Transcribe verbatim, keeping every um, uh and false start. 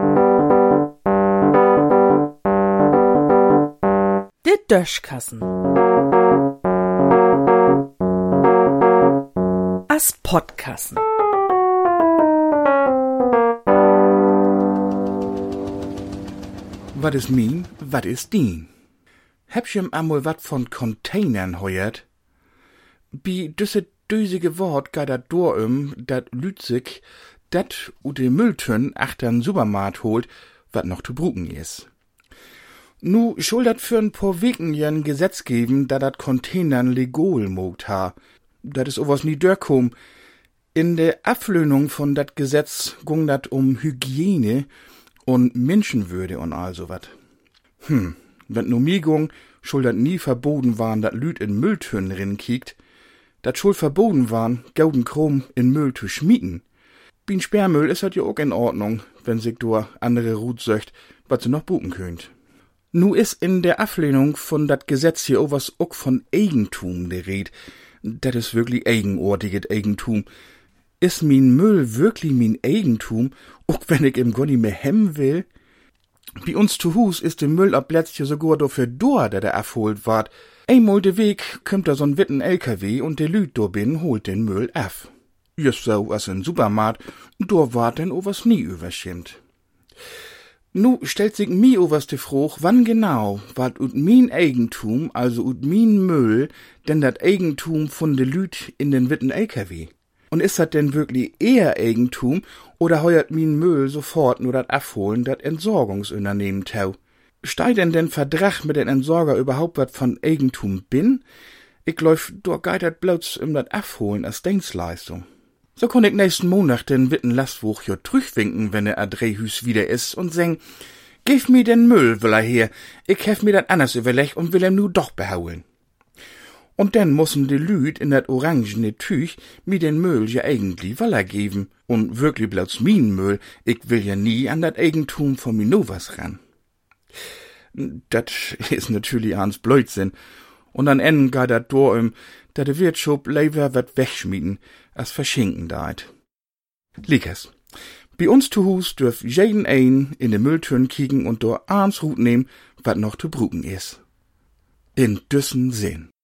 De Döschkassen. As Podkassen. Wat is mien, wat is dien? Heb je einmal wat von Containern heuert? Bi düsse düsige Wort geht dat door um, dat Lützig dat u de Mülltön achtern Supermarkt holt, wat noch zu bruken is. Nu schul dat für ein paar Wegen jen Gesetz geben, da dat Containern legal mogt ha. Dat is owas nie dörkom. In der Ablöhnung von dat Gesetz gung dat um Hygiene und Menschenwürde und all so wat. Hm, wenn nu mi gung, schul dat nie verboten waren, dat Lüd in Mülltönen rinkiekt, dat schul verboten waren, gauden Chrom in Müll zu schmieden. Bin Sperrmüll is dat ja auch in Ordnung, wenn sich do andere Rut söcht, wat sie noch buchen könnt. Nu is in der Ablehnung von dat Gesetz hier auch was auch von Eigentum de Red. Dat is wirklich eigenartiges Eigentum. Is min Müll wirklich min Eigentum, auch wenn ich im Gonni mehr hemmen will? Bei uns zu Hus is de Müll ab letztje sogar dafür dor, der der abholt ward. Einmal de Weg kommt da so'n witten L K W und de Lüd do bin holt den Müll af. Just so as in Supermarkt, do ward denn o was nie überschimmt. Nu stellt sich mi owas de Fruch, wann genau ward ut min Eigentum, also ut min Müll, denn dat Eigentum von de Lüd in den witten L K W? Und is dat denn wirklich eher Eigentum, oder heuert min Müll sofort nur dat abholen, dat Entsorgungsunternehmen tau? Stei denn den Vertrag mit den Entsorger überhaupt wat von Eigentum bin? Ich läuf do geitert bloß um dat abholen als Dienstleistung. So konn ich nächsten Monat den witten Lastwoch jo trüchwinken, wenn er Adrehüs wieder is und seng, gib mir den Müll, will er her, ich hef mir dat anders überlegt und will em nu doch behaulen. Und dann mussen die Lüd in dat orangene Tüch mir den Müll ja eigentlich Waller geben. Und wirklich bloß min Müll, ich will ja nie an dat Eigentum von mir no was ran. Dat is natürlich ans Blödsinn. Und an Ende geht dat door um, da de Wirtschop lieber wat wegschmieden, als verschenken deit. Liekes. Bei uns zu Hus dürf jeden ein in de Mülltön kicken und do abends Hut nehmen, wat noch zu bruken is. In düssen Sinn.